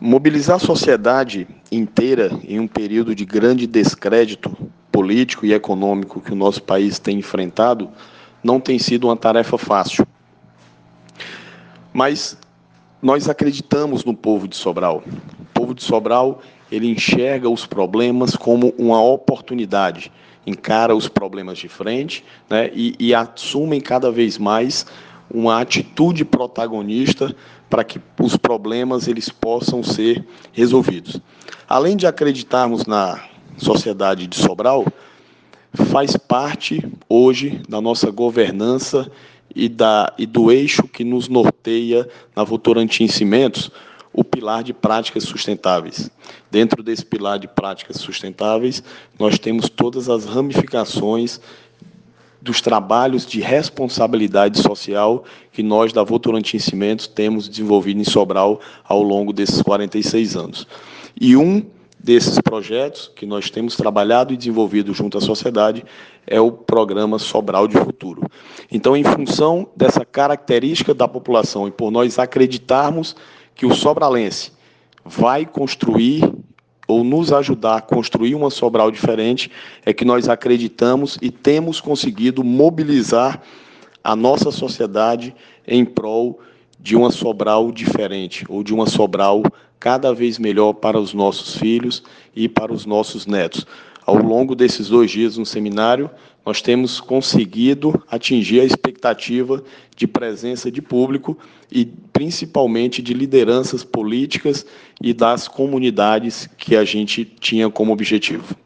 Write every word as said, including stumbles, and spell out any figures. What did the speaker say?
Mobilizar a sociedade inteira em um período de grande descrédito político e econômico que o nosso país tem enfrentado não tem sido uma tarefa fácil. Mas nós acreditamos no povo de Sobral. O povo de Sobral, ele enxerga os problemas como uma oportunidade, encara os problemas de frente, né, e, e assumem cada vez mais uma atitude protagonista para que os problemas eles possam ser resolvidos. Além de acreditarmos na sociedade de Sobral, faz parte hoje da nossa governança e, da, e do eixo que nos norteia na Votorantim Cimentos, o pilar de práticas sustentáveis. Dentro desse pilar de práticas sustentáveis, nós temos todas as ramificações dos trabalhos de responsabilidade social que nós, da Votorantim Cimentos, temos desenvolvido em Sobral ao longo desses quarenta e seis anos. E um desses projetos que nós temos trabalhado e desenvolvido junto à sociedade é o programa Sobral de Futuro. Então, em função dessa característica da população e por nós acreditarmos que o sobralense vai construir ou nos ajudar a construir uma Sobral diferente, é que nós acreditamos e temos conseguido mobilizar a nossa sociedade em prol de uma Sobral diferente, ou de uma Sobral cada vez melhor para os nossos filhos e para os nossos netos. Ao longo desses dois dias no seminário, nós temos conseguido atingir a expectativa de presença de público e, principalmente, de lideranças políticas e das comunidades que a gente tinha como objetivo.